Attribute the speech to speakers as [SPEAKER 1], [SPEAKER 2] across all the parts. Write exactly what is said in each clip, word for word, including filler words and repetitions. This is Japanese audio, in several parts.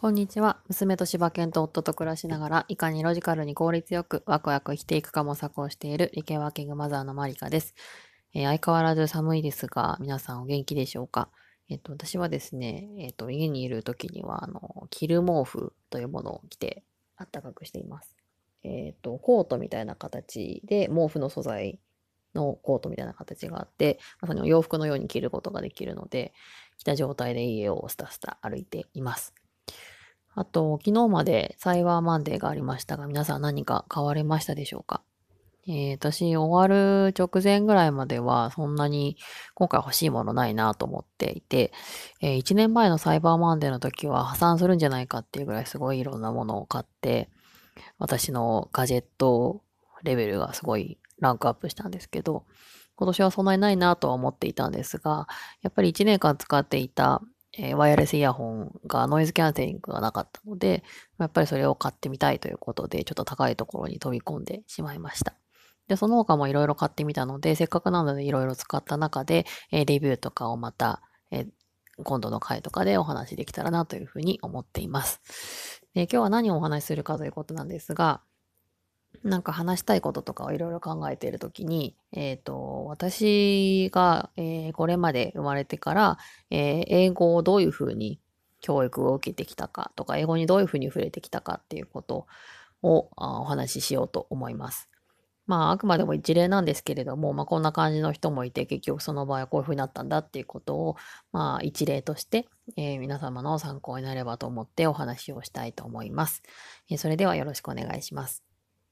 [SPEAKER 1] こんにちは。娘と柴犬と夫と暮らしながら、いかにロジカルに効率よくワクワク生きていくか模索をしている理系ワーキングマザーのマリカです。えー相変わらず寒いですが、皆さんお元気でしょうか？えっと、私はですね、えっと、家にいる時には、あの、着る毛布というものを着て、暖かくしています。えっと、コートみたいな形で、毛布の素材のコートみたいな形があって、まさに洋服のように着ることができるので、着た状態で家をスタスタ歩いています。あと、昨日までサイバーマンデーがありましたが、皆さん何か買われましたでしょうか？えー、私、終わる直前ぐらいまでは、そんなに今回欲しいものないなと思っていて、えー、いちねんまえのサイバーマンデーの時は破産するんじゃないかっていうぐらいすごいいろんなものを買って、私のガジェットレベルがすごいランクアップしたんですけど、今年はそんなにないなとは思っていたんですが、やっぱりいちねんかん使っていた、えーワイヤレスイヤホンがノイズキャンセリングがなかったので、やっぱりそれを買ってみたいということで、ちょっと高いところに飛び込んでしまいました。で、その他もいろいろ買ってみたので、せっかくなのでいろいろ使った中で、えーレビューとかをまた、えー今度の回とかでお話できたらなというふうに思っています。で、今日は何をお話しするかということなんですが、なんか話したいこととかをいろいろ考えているときに、えっと、私が、えーこれまで生まれてから、えー英語をどういうふうに教育を受けてきたかとか、英語にどういうふうに触れてきたかっていうことをあお話ししようと思います。まあ、あくまでも一例なんですけれども、まあ、こんな感じの人もいて、結局その場合はこういうふうになったんだっていうことを、まあ、一例として、えー皆様の参考になればと思ってお話をしたいと思います。えーそれではよろしくお願いします。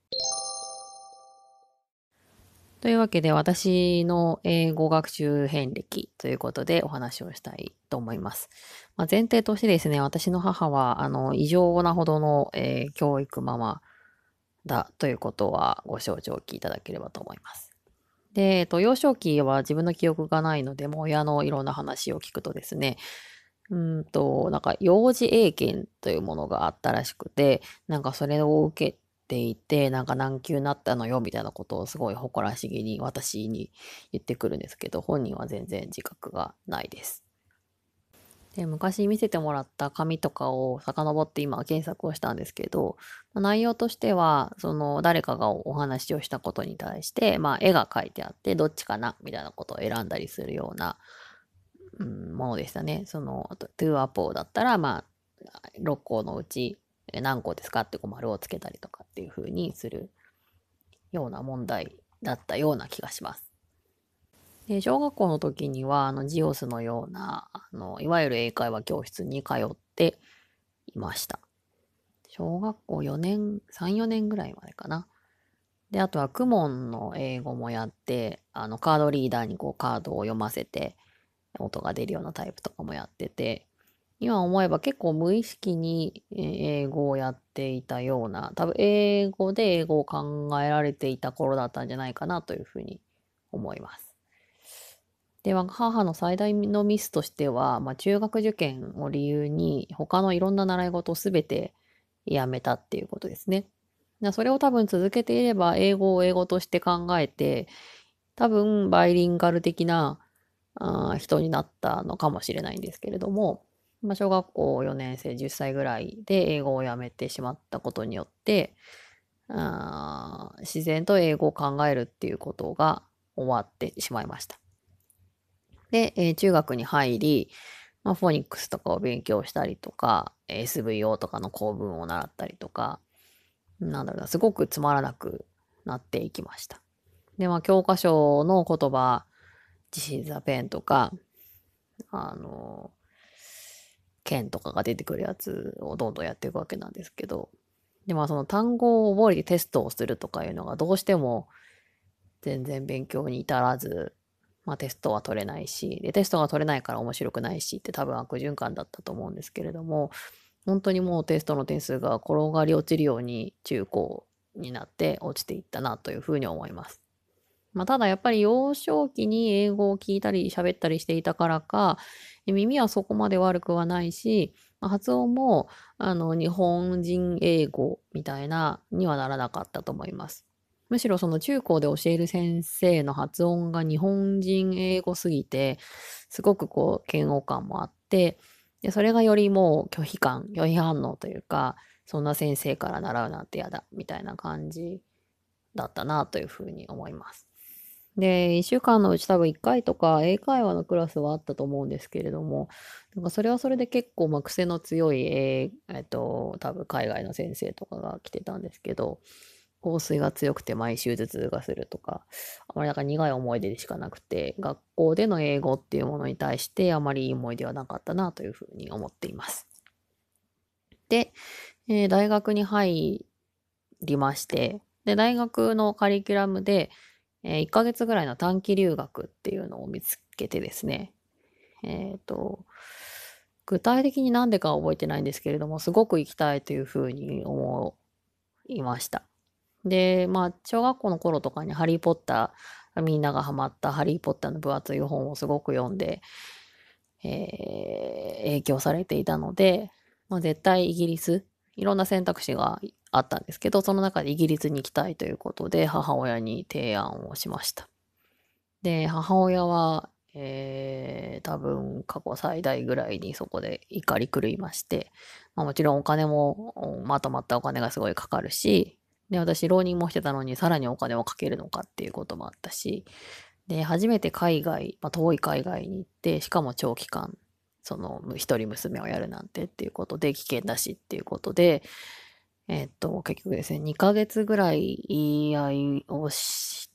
[SPEAKER 1] というわけで、私の英語学習遍歴ということでお話をしたいと思います。まあ、前提としてですね、私の母は、あの、異常なほどの、えー教育ママだということはご承知おきいただければと思います。で、えっと、幼少期は自分の記憶がないので、もう親のいろんな話を聞くとですね、うーんと、なんか幼児英検というものがあったらしくて、なんかそれを受けていて、なんか何級になったのよみたいなことをすごい誇らしげに私に言ってくるんですけど、本人は全然自覚がないです。で、昔見せてもらった紙とかを遡って今検索をしたんですけど、内容としては、その誰かがお話をしたことに対して、まあ絵が描いてあって、どっちかなみたいなことを選んだりするような、うん、ものでしたね。その、あと、トゥーアポーだったら、まあ、ろっこのうち何個ですかってこう丸をつけたりとかっていう風にするような問題だったような気がします。で、小学校の時には、あの、ジオスのような、あの、いわゆる英会話教室に通っていました。小学校よねん、さん、よねんぐらいまでかな。で、あとはクモンの英語もやって、あの、カードリーダーにこうカードを読ませて、音が出るようなタイプとかもやってて、今思えば結構無意識に英語をやっていたような、多分英語で英語を考えられていた頃だったんじゃないかなというふうに思います。では、母の最大のミスとしては、まあ、中学受験を理由に他のいろんな習い事をすべてやめたっていうことですね。それを多分続けていれば英語を英語として考えて、多分バイリンガル的なあ人になったのかもしれないんですけれども、まあ、小学校よねん生じゅっさいぐらいで英語をやめてしまったことによって、あ自然と英語を考えるっていうことが終わってしまいました。で、えー中学に入り、まあ、フォニックスとかを勉強したりとか、エスブイオー とかの構文を習ったりとか、なんだろうな、すごくつまらなくなっていきました。で、まあ、教科書の言葉、This is a pen とか、あの、剣とかが出てくるやつをどんどんやっていくわけなんですけど、で、まあその単語を覚えてテストをするとかいうのがどうしても全然勉強に至らず、まあテストは取れないし、で、テストが取れないから面白くないしって多分悪循環だったと思うんですけれども、本当にもうテストの点数が転がり落ちるように中高になって落ちていったなというふうに思います。まあ、ただやっぱり幼少期に英語を聞いたり喋ったりしていたからか、耳はそこまで悪くはないし、まあ発音も、あの、日本人英語みたいなにはならなかったと思います。むしろその中高で教える先生の発音が日本人英語すぎて、すごくこう、嫌悪感もあって、 で、それがよりもう拒否感、拒否反応というか、そんな先生から習うなんて嫌だ、みたいな感じだったなというふうに思います。で、いっしゅうかんのうち多分いっかいとか英会話のクラスはあったと思うんですけれども、なんかそれはそれで結構まあ癖の強い、えーえっと、多分海外の先生とかが来てたんですけど、香水が強くて毎週頭痛がするとか、あまりなんか苦い思い出でしかなくて、学校での英語っていうものに対してあまりいい思い出はなかったなというふうに思っています。で、えー大学に入りまして、で、大学のカリキュラムで、えーいっかげつぐらいの短期留学っていうのを見つけてですね、えっと、具体的になんでかは覚えてないんですけれども、すごく行きたいというふうに思いました。で、まあ、小学校の頃とかにハリーポッター、みんながハマったハリーポッターの分厚い本をすごく読んで、えー影響されていたので、まあ、絶対イギリス、いろんな選択肢があったんですけど、その中でイギリスに行きたいということで、母親に提案をしました。で、母親は、えー、多分過去最大ぐらいにそこで怒り狂いまして、まあ、もちろんお金も、まとまったお金がすごいかかるし、で、私浪人もしてたのにさらにお金をかけるのかっていうこともあったし、で、初めて海外、まあ、遠い海外に行って、しかも長期間、その、一人娘をやるなんてっていうことで、危険だしっていうことで、えっと、結局ですね、にかげつぐらい言い合いをして、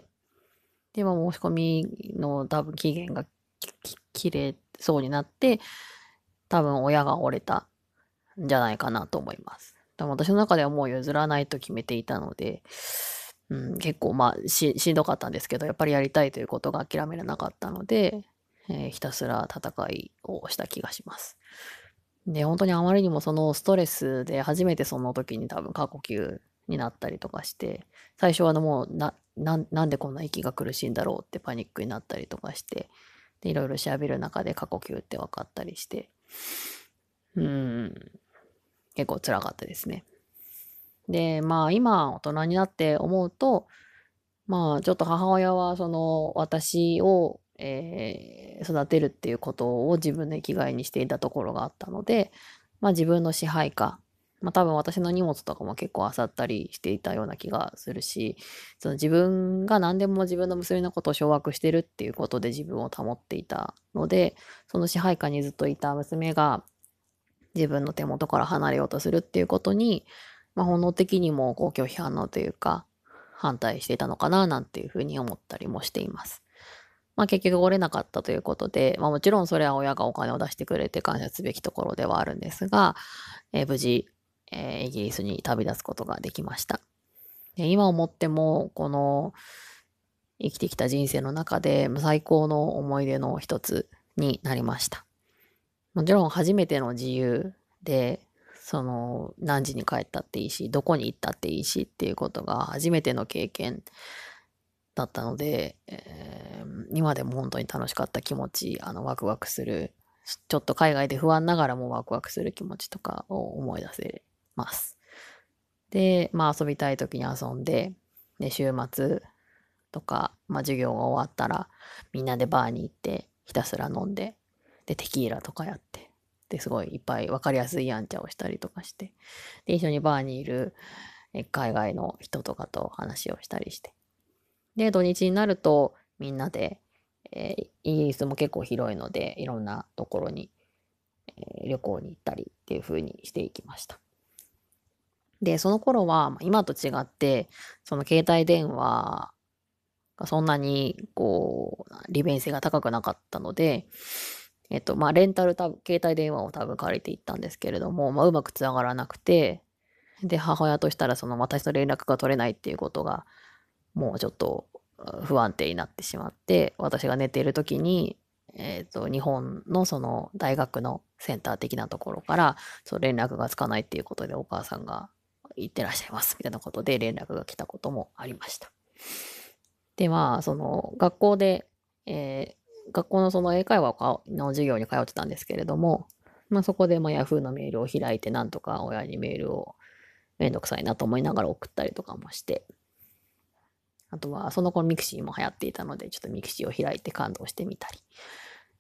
[SPEAKER 1] で、まあ、申し込みの多分期限がき切れそうになって、多分親が折れたんじゃないかなと思います。でも私の中ではもう譲らないと決めていたので、うん、結構まあししんどかったんですけど、やっぱりやりたいということが諦められなかったので、えーひたすら戦いをした気がします。で、本当にあまりにもそのストレスで初めてその時に多分過呼吸になったりとかして、最初はあのもうな、な、なんでこんな息が苦しいんだろうってパニックになったりとかして、で、いろいろ調べる中で過呼吸って分かったりして、うーん、結構辛かったですね。で、まあ今大人になって思うと、まあちょっと母親はその私を、えー育てるっていうことを自分の生きがいにしていたところがあったので、まあ自分の支配下、まあ多分私の荷物とかも結構漁ったりしていたような気がするし、その自分が何でも自分の娘のことを掌握してるっていうことで自分を保っていたので、その支配下にずっといた娘が自分の手元から離れようとするっていうことに、まあ、本能的にもこう拒否反応というか、反対していたのかななんていうふうに思ったりもしています。まあ結局折れなかったということで、まあもちろんそれは親がお金を出してくれて感謝すべきところではあるんですが、えー無事、えーイギリスに旅立つことができました。で今思っても、この生きてきた人生の中で最高の思い出の一つになりました。もちろん初めての自由で、その何時に帰ったっていいし、どこに行ったっていいしっていうことが初めての経験だったので、えー今でも本当に楽しかった気持ち、あのワクワクする、ちょっと海外で不安ながらもワクワクする気持ちとかを思い出せます。で、まあ遊びたい時に遊んで、で、週末とか、まあ授業が終わったらみんなでバーに行ってひたすら飲んで、で、テキーラとかやって、で、すごいいっぱい分かりやすいやんちゃをしたりとかして、で、一緒にバーにいる海外の人とかと話をしたりして。で、土日になるとみんなで、えーイギリスも結構広いので、いろんなところに、えー旅行に行ったりっていう風にしていきました。で、その頃は、まあ今と違って、その携帯電話がそんなに、こう、利便性が高くなかったので、えっと、まあ、レンタル多分、携帯電話を多分借りていったんですけれども、まあ、うまく繋がらなくて、で、母親としたら、その私と連絡が取れないっていうことが、もうちょっと不安定になってしまって、私が寝ている時に、えっと、日本のその大学のセンター的なところから、そう連絡がつかないっていうことでお母さんが行ってらっしゃいますみたいなことで連絡が来たこともありました。で、まあ、その、学校で、えー学校のその英会話の授業に通ってたんですけれども、まあそこでまあ Yahoo のメールを開いてなんとか親にメールをめんどくさいなと思いながら送ったりとかもして、あとはその頃ミクシーも流行っていたので、ちょっとミクシーを開いて感動してみたり。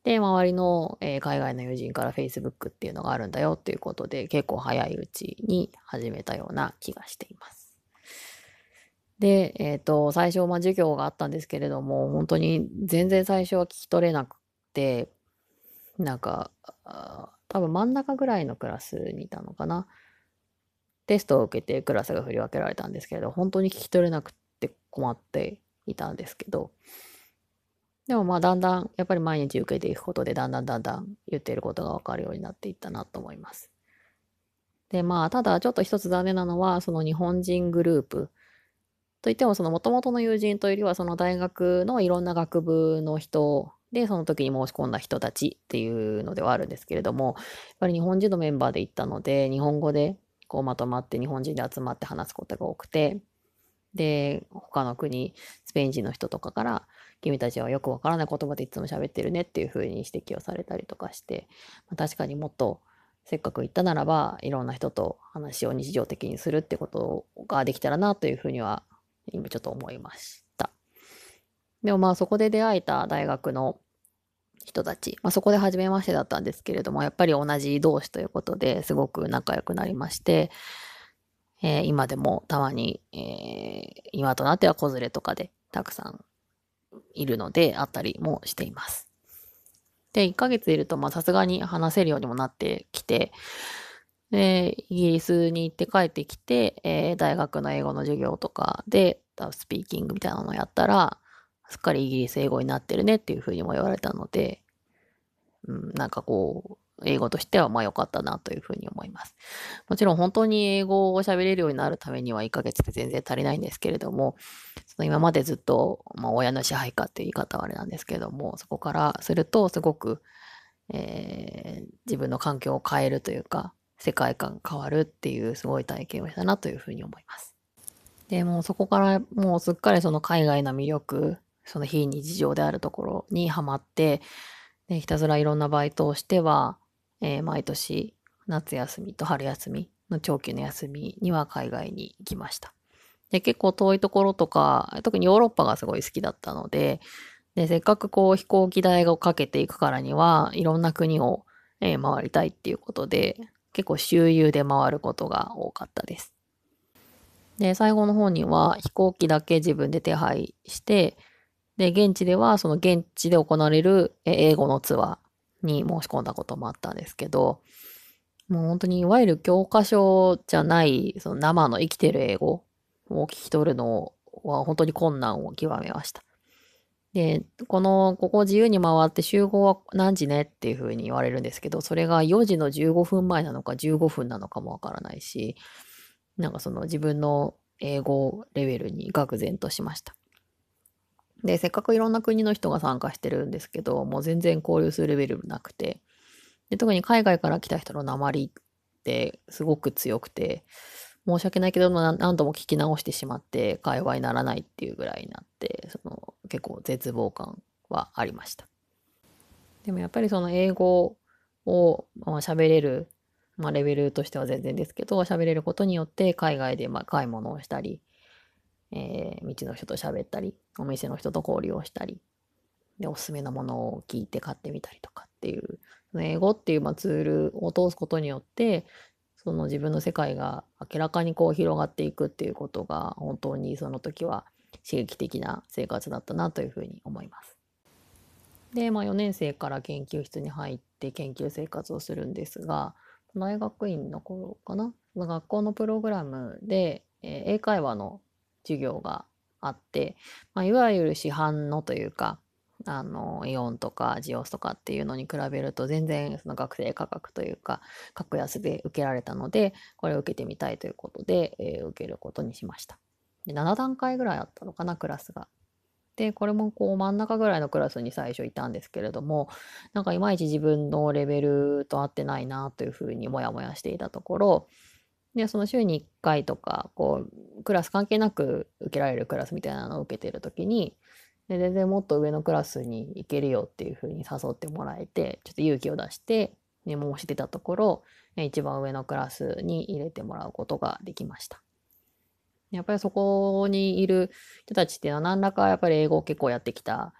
[SPEAKER 1] で、周りの、えー海外の友人から Facebook っていうのがあるんだよっていうことで、結構早いうちに始めたような気がしています。で、えっと、最初、まあ、授業があったんですけれども、本当に全然最初は聞き取れなくて、なんか、あー多分真ん中ぐらいのクラスにいたのかな。テストを受けてクラスが振り分けられたんですけれど、本当に聞き取れなくて困っていたんですけど、でもまあだんだん、やっぱり毎日受けていくことで、だんだんだんだん言っていることがわかるようになっていったなと思います。で、まあ、ただちょっと一つ残念なのは、その日本人グループといっても、その元々の友人というよりは、その大学のいろんな学部の人で、その時に申し込んだ人たちっていうのではあるんですけれども、やっぱり日本人のメンバーで行ったので、日本語でこうまとまって日本人で集まって話すことが多くて、で、他の国、スペイン人の人とかから、君たちはよくわからない言葉でいつも喋ってるねっていう風に指摘をされたりとかして、まあ、確かにもっとせっかく行ったならば、いろんな人と話を日常的にするってことができたらなというふうには、今ちょっと思いました。でもまあそこで出会えた大学の人たち、まあ、そこで初めましてだったんですけれども、やっぱり同じ同士ということですごく仲良くなりまして、えー今でもたまに、えー今となっては子連れとかでたくさんいるので、会ったりもしています。で、いっかげついると、まあさすがに話せるようにもなってきて、で、イギリスに行って帰ってきて、えー大学の英語の授業とかで、スピーキングみたいなのをやったら、すっかりイギリス英語になってるねっていうふうにも言われたので、うん、なんかこう、英語としてはまあ良かったなというふうに思います。もちろん本当に英語を喋れるようになるためにはいっかげつで全然足りないんですけれども、その今までずっと、まあ、親の支配下っていう言い方はあれなんですけれども、そこからするとすごく、えー自分の環境を変えるというか、世界観変わるっていうすごい体験をしたなというふうに思います。で、もうそこからもうすっかりその海外の魅力、その非日常であるところにハマって、で、ひたすらいろんなバイトをしては、えー毎年夏休みと春休みの長期の休みには海外に行きました。で、結構遠いところとか、特にヨーロッパがすごい好きだったので、で、せっかくこう飛行機代をかけていくからには、いろんな国を、えー回りたいっていうことで、結構周遊で回ることが多かったです。で、最後の方には飛行機だけ自分で手配して、で、現地ではその現地で行われる英語のツアーに申し込んだこともあったんですけど、もう本当にいわゆる教科書じゃない、その生の生きてる英語を聞き取るのは本当に困難を極めました。で、この、ここ自由に回って集合は何時ねっていう風に言われるんですけど、それがよじのじゅうごふんまえなのかじゅうごふんなのかもわからないし、なんかその自分の英語レベルに愕然としました。で、せっかくいろんな国の人が参加してるんですけど、もう全然交流するレベルなくて、で、特に海外から来た人の訛りってすごく強くて、申し訳ないけど、何何度も聞き直してしまって会話にならないっていうぐらいになって、その結構絶望感はありました。でもやっぱりその英語をまあ喋れる、まあレベルとしては全然ですけど、喋れることによって海外でまあ買い物をしたり、えー道の人と喋ったり、お店の人と交流をしたり、で、おすすめのものを聞いて買ってみたりとかっていう、英語っていうまあツールを通すことによって、その自分の世界が明らかにこう広がっていくっていうことが、本当にその時は刺激的な生活だったなというふうに思います。で、まあよねん生から研究室に入って研究生活をするんですが、大学院の頃かな、学校のプログラムで、えー英会話の授業があって、まあ、いわゆる市販のというか、あの、イオンとかジオスとかっていうのに比べると全然その学生価格というか、格安で受けられたので、これを受けてみたいということで、えー受けることにしました。で、なな段階ぐらいあったのかな、クラスが。で、これもこう真ん中ぐらいのクラスに最初いたんですけれども、なんかいまいち自分のレベルと合ってないなというふうにもやもやしていたところ、で、その週にいっかいとか、こう、クラス関係なく受けられるクラスみたいなのを受けているときに、で、全然もっと上のクラスに行けるよっていうふうに誘ってもらえて、ちょっと勇気を出して、ね、申し出たところ、一番上のクラスに入れてもらうことができました。やっぱりそこにいる人たちっていうのは何らかやっぱり英語を結構やってきた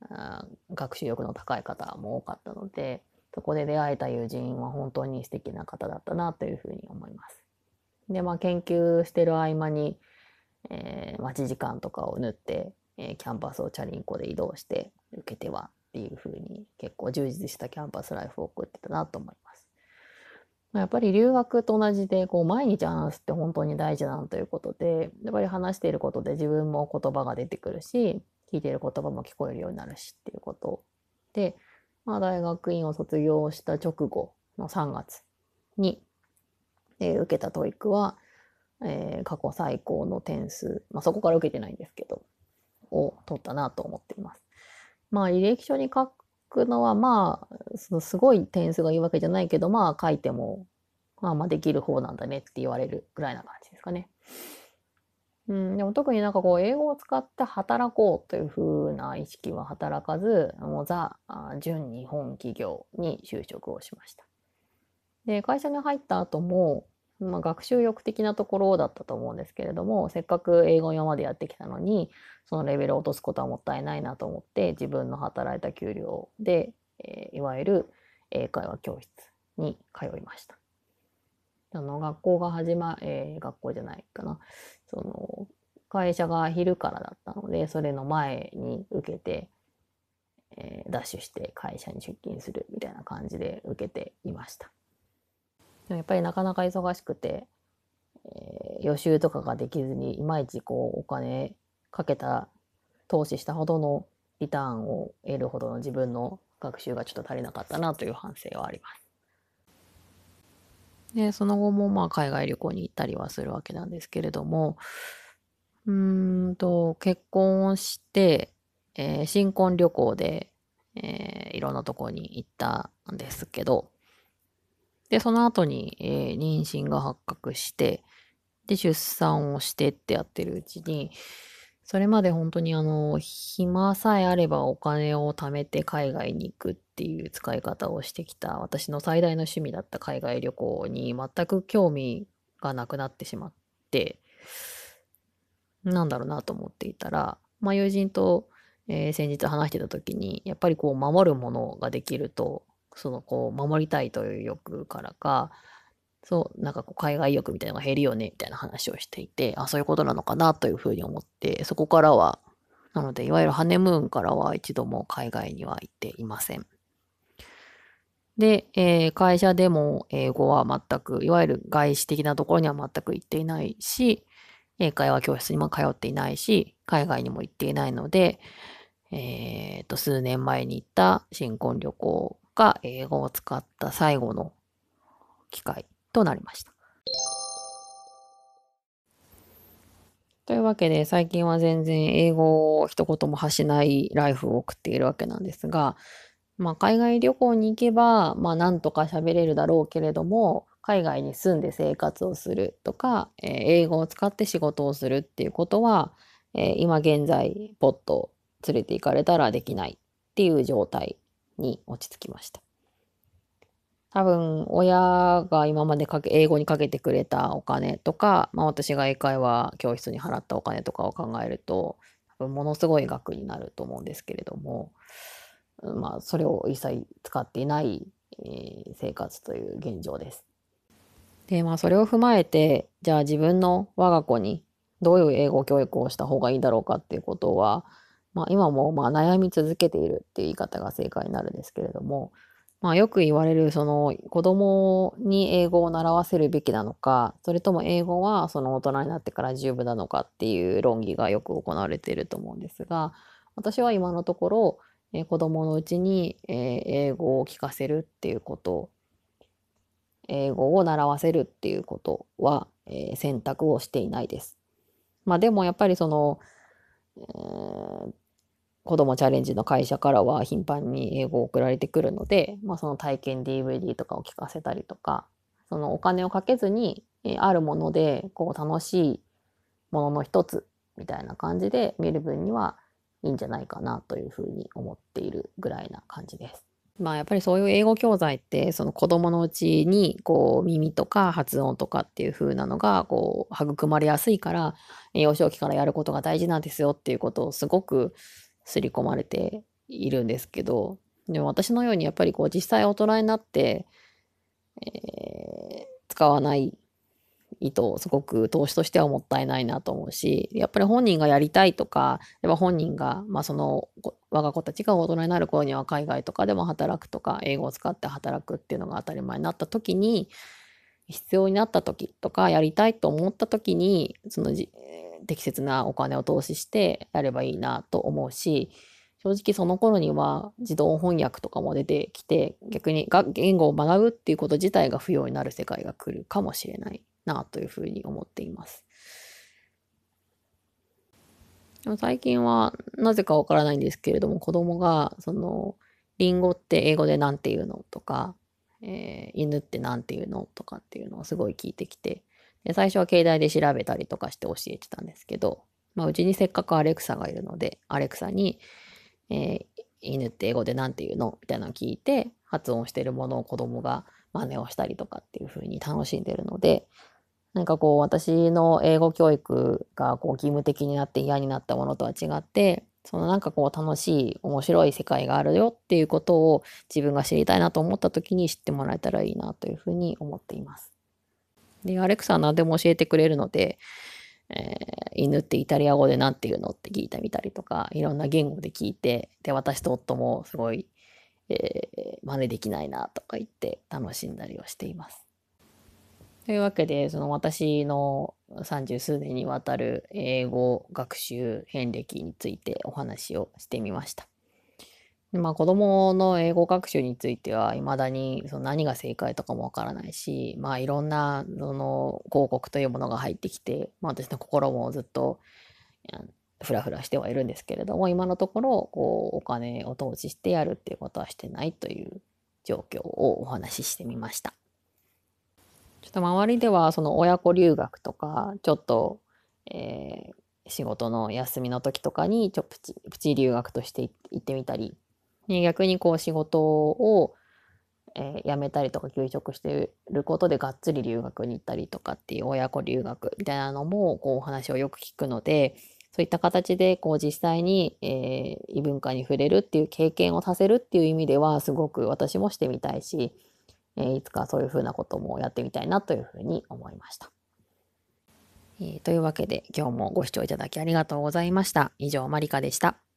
[SPEAKER 1] あ学習力の高い方も多かったので、そこで出会えた友人は本当に素敵な方だったなというふうに思います。で、まあ研究してる合間に、えー、待ち時間とかを縫って、えー、キャンパスをチャリンコで移動して受けてはっていうふうに結構充実したキャンパスライフを送ってたなと思います。やっぱり留学と同じでこう毎日話すって本当に大事なんということで、やっぱり話していることで自分も言葉が出てくるし、聞いている言葉も聞こえるようになるしっていうことで、まあ、大学院を卒業した直後のさんがつに、えー受けたトイックは、えー過去最高の点数、まあ、そこから受けてないんですけど、を取ったなと思っています。まあ、履歴書に書くのは、まあ、そのすごい点数がいいわけじゃないけど、まあ、書いても、まあ、まあ、できる方なんだねって言われるぐらいな感じですかね。うん、でも特になんかこう、英語を使って働こうという風な意識は働かず、もうザ、純日本企業に就職をしました。で、会社に入った後も、まあ、学習欲的なところだったと思うんですけれども、せっかく英語を今までやってきたのに、そのレベルを落とすことはもったいないなと思って、自分の働いた給料で、えーいわゆる英会話教室に通いました。あの、学校が始ま、えー学校じゃないかな。その、会社が昼からだったので、それの前に受けて、えーダッシュして会社に出勤するみたいな感じで受けていました。でもやっぱりなかなか忙しくて、えー予習とかができずに、いまいちこう、お金かけた、投資したほどのリターンを得るほどの自分の学習がちょっと足りなかったなという反省はあります。で、その後もまあ海外旅行に行ったりはするわけなんですけれども、うーんと、結婚して、えー新婚旅行で、えーいろんなとこに行ったんですけど、で、その後に、えー妊娠が発覚して、で、出産をしてってやってるうちに、それまで本当にあの、暇さえあればお金を貯めて海外に行くっていう使い方をしてきた私の最大の趣味だった海外旅行に全く興味がなくなってしまって、なんだろうなと思っていたら、まあ友人と、えー先日話してた時に、やっぱりこう守るものができると、そのこう守りたいという欲からか、そう、なんかこう海外欲みたいなのが減るよね、みたいな話をしていて、あ、そういうことなのかなというふうに思って、そこからは、なので、いわゆるハネムーンからは一度も海外には行っていません。で、えー会社でも英語は全く、いわゆる外資的なところには全く行っていないし、英会話教室にも通っていないし、海外にも行っていないので、えっと、数年前に行った新婚旅行が英語を使った最後の機会となりました。というわけで、最近は全然英語を一言も発しないライフを送っているわけなんですが、まあ、海外旅行に行けば、まあ、なんとか喋れるだろうけれども、海外に住んで生活をするとか、えー英語を使って仕事をするっていうことは、えー今現在、ポッと連れて行かれたらできないっていう状態に落ち着きました。多分、親が今までかけ、英語にかけてくれたお金とか、まあ私が英会話教室に払ったお金とかを考えると、多分ものすごい額になると思うんですけれども、まあそれを一切使っていない、えー生活という現状です。で、まあそれを踏まえて、じゃあ自分の我が子にどういう英語教育をした方がいいだろうかっていうことは、まあ今もまあ悩み続けているっていう言い方が正解になるんですけれども、まあよく言われるその子供に英語を習わせるべきなのか、それとも英語はその大人になってから十分なのかっていう論議がよく行われていると思うんですが、私は今のところ、えー子供のうちに、えー英語を聞かせるっていうこと英語を習わせるっていうことは、えー選択をしていないです。まあでもやっぱりその、えー子供チャレンジの会社からは頻繁に英語を送られてくるので、まあその体験 ディーブイディー とかを聞かせたりとか、そのお金をかけずに、えーあるものでこう楽しいものの一つみたいな感じで見る分にはいいんじゃないかなというふうに思っているぐらいな感じです。まあやっぱりそういう英語教材ってその子供のうちにこう耳とか発音とかっていう風なのがこう育まれやすいから幼少期からやることが大事なんですよっていうことをすごく刷り込まれているんですけど、でも私のようにやっぱりこう実際大人になって、えー使わないとすごく投資としてはもったいないなと思うし、やっぱり本人がやりたいとか、やっぱ本人が、まあその我が子たちが大人になる頃には海外とかでも働くとか、英語を使って働くっていうのが当たり前になった時に、必要になった時とか、やりたいと思った時に、そのじ適切なお金を投資してやればいいなと思うし、正直その頃には自動翻訳とかも出てきて、逆にが言語を学ぶっていうこと自体が不要になる世界が来るかもしれないなというふうに思っています。でも最近はなぜかわからないんですけれども、子供がそのリンゴって英語でなんて言うのとか、えー犬ってなんて言うのとかっていうのをすごい聞いてきて、で最初は携帯で調べたりとかして教えてたんですけど、まあ、うちにせっかくアレクサがいるので、アレクサに、えー犬って英語でなんて言うのみたいなのを聞いて、発音してるものを子供が真似をしたりとかっていう風に楽しんでるので、なんかこう私の英語教育がこう義務的になって嫌になったものとは違って、そのなんかこう楽しい面白い世界があるよっていうことを自分が知りたいなと思った時に知ってもらえたらいいなというふうに思っています。で、アレクサは何でも教えてくれるので、えー犬ってイタリア語でなんて言うのって聞いてみたりとか、いろんな言語で聞いて、で、私と夫もすごい、えー真似できないなとか言って楽しんだりをしています。というわけで、その私の三十数年にわたる英語学習遍歴についてお話をしてみました。でまあ子供の英語学習については未だにその何が正解とかもわからないし、まあいろんなその広告というものが入ってきて、まあ私の心もずっとフラフラしてはいるんですけれども、今のところこうお金を投資してやるっていうことはしてないという状況をお話ししてみました。ちょっと周りではその親子留学とか、ちょっと、えー仕事の休みの時とかにちょっとプチ、プチ留学として行ってみたり、逆にこう仕事を、えー辞めたりとか休職してることでがっつり留学に行ったりとかっていう親子留学みたいなのもこうお話をよく聞くので、そういった形でこう実際に、えー異文化に触れるっていう経験をさせるっていう意味ではすごく私もしてみたいし、えーいつかそういうふうなこともやってみたいなというふうに思いました。えーというわけで今日もご視聴いただきありがとうございました。以上、マリカでした。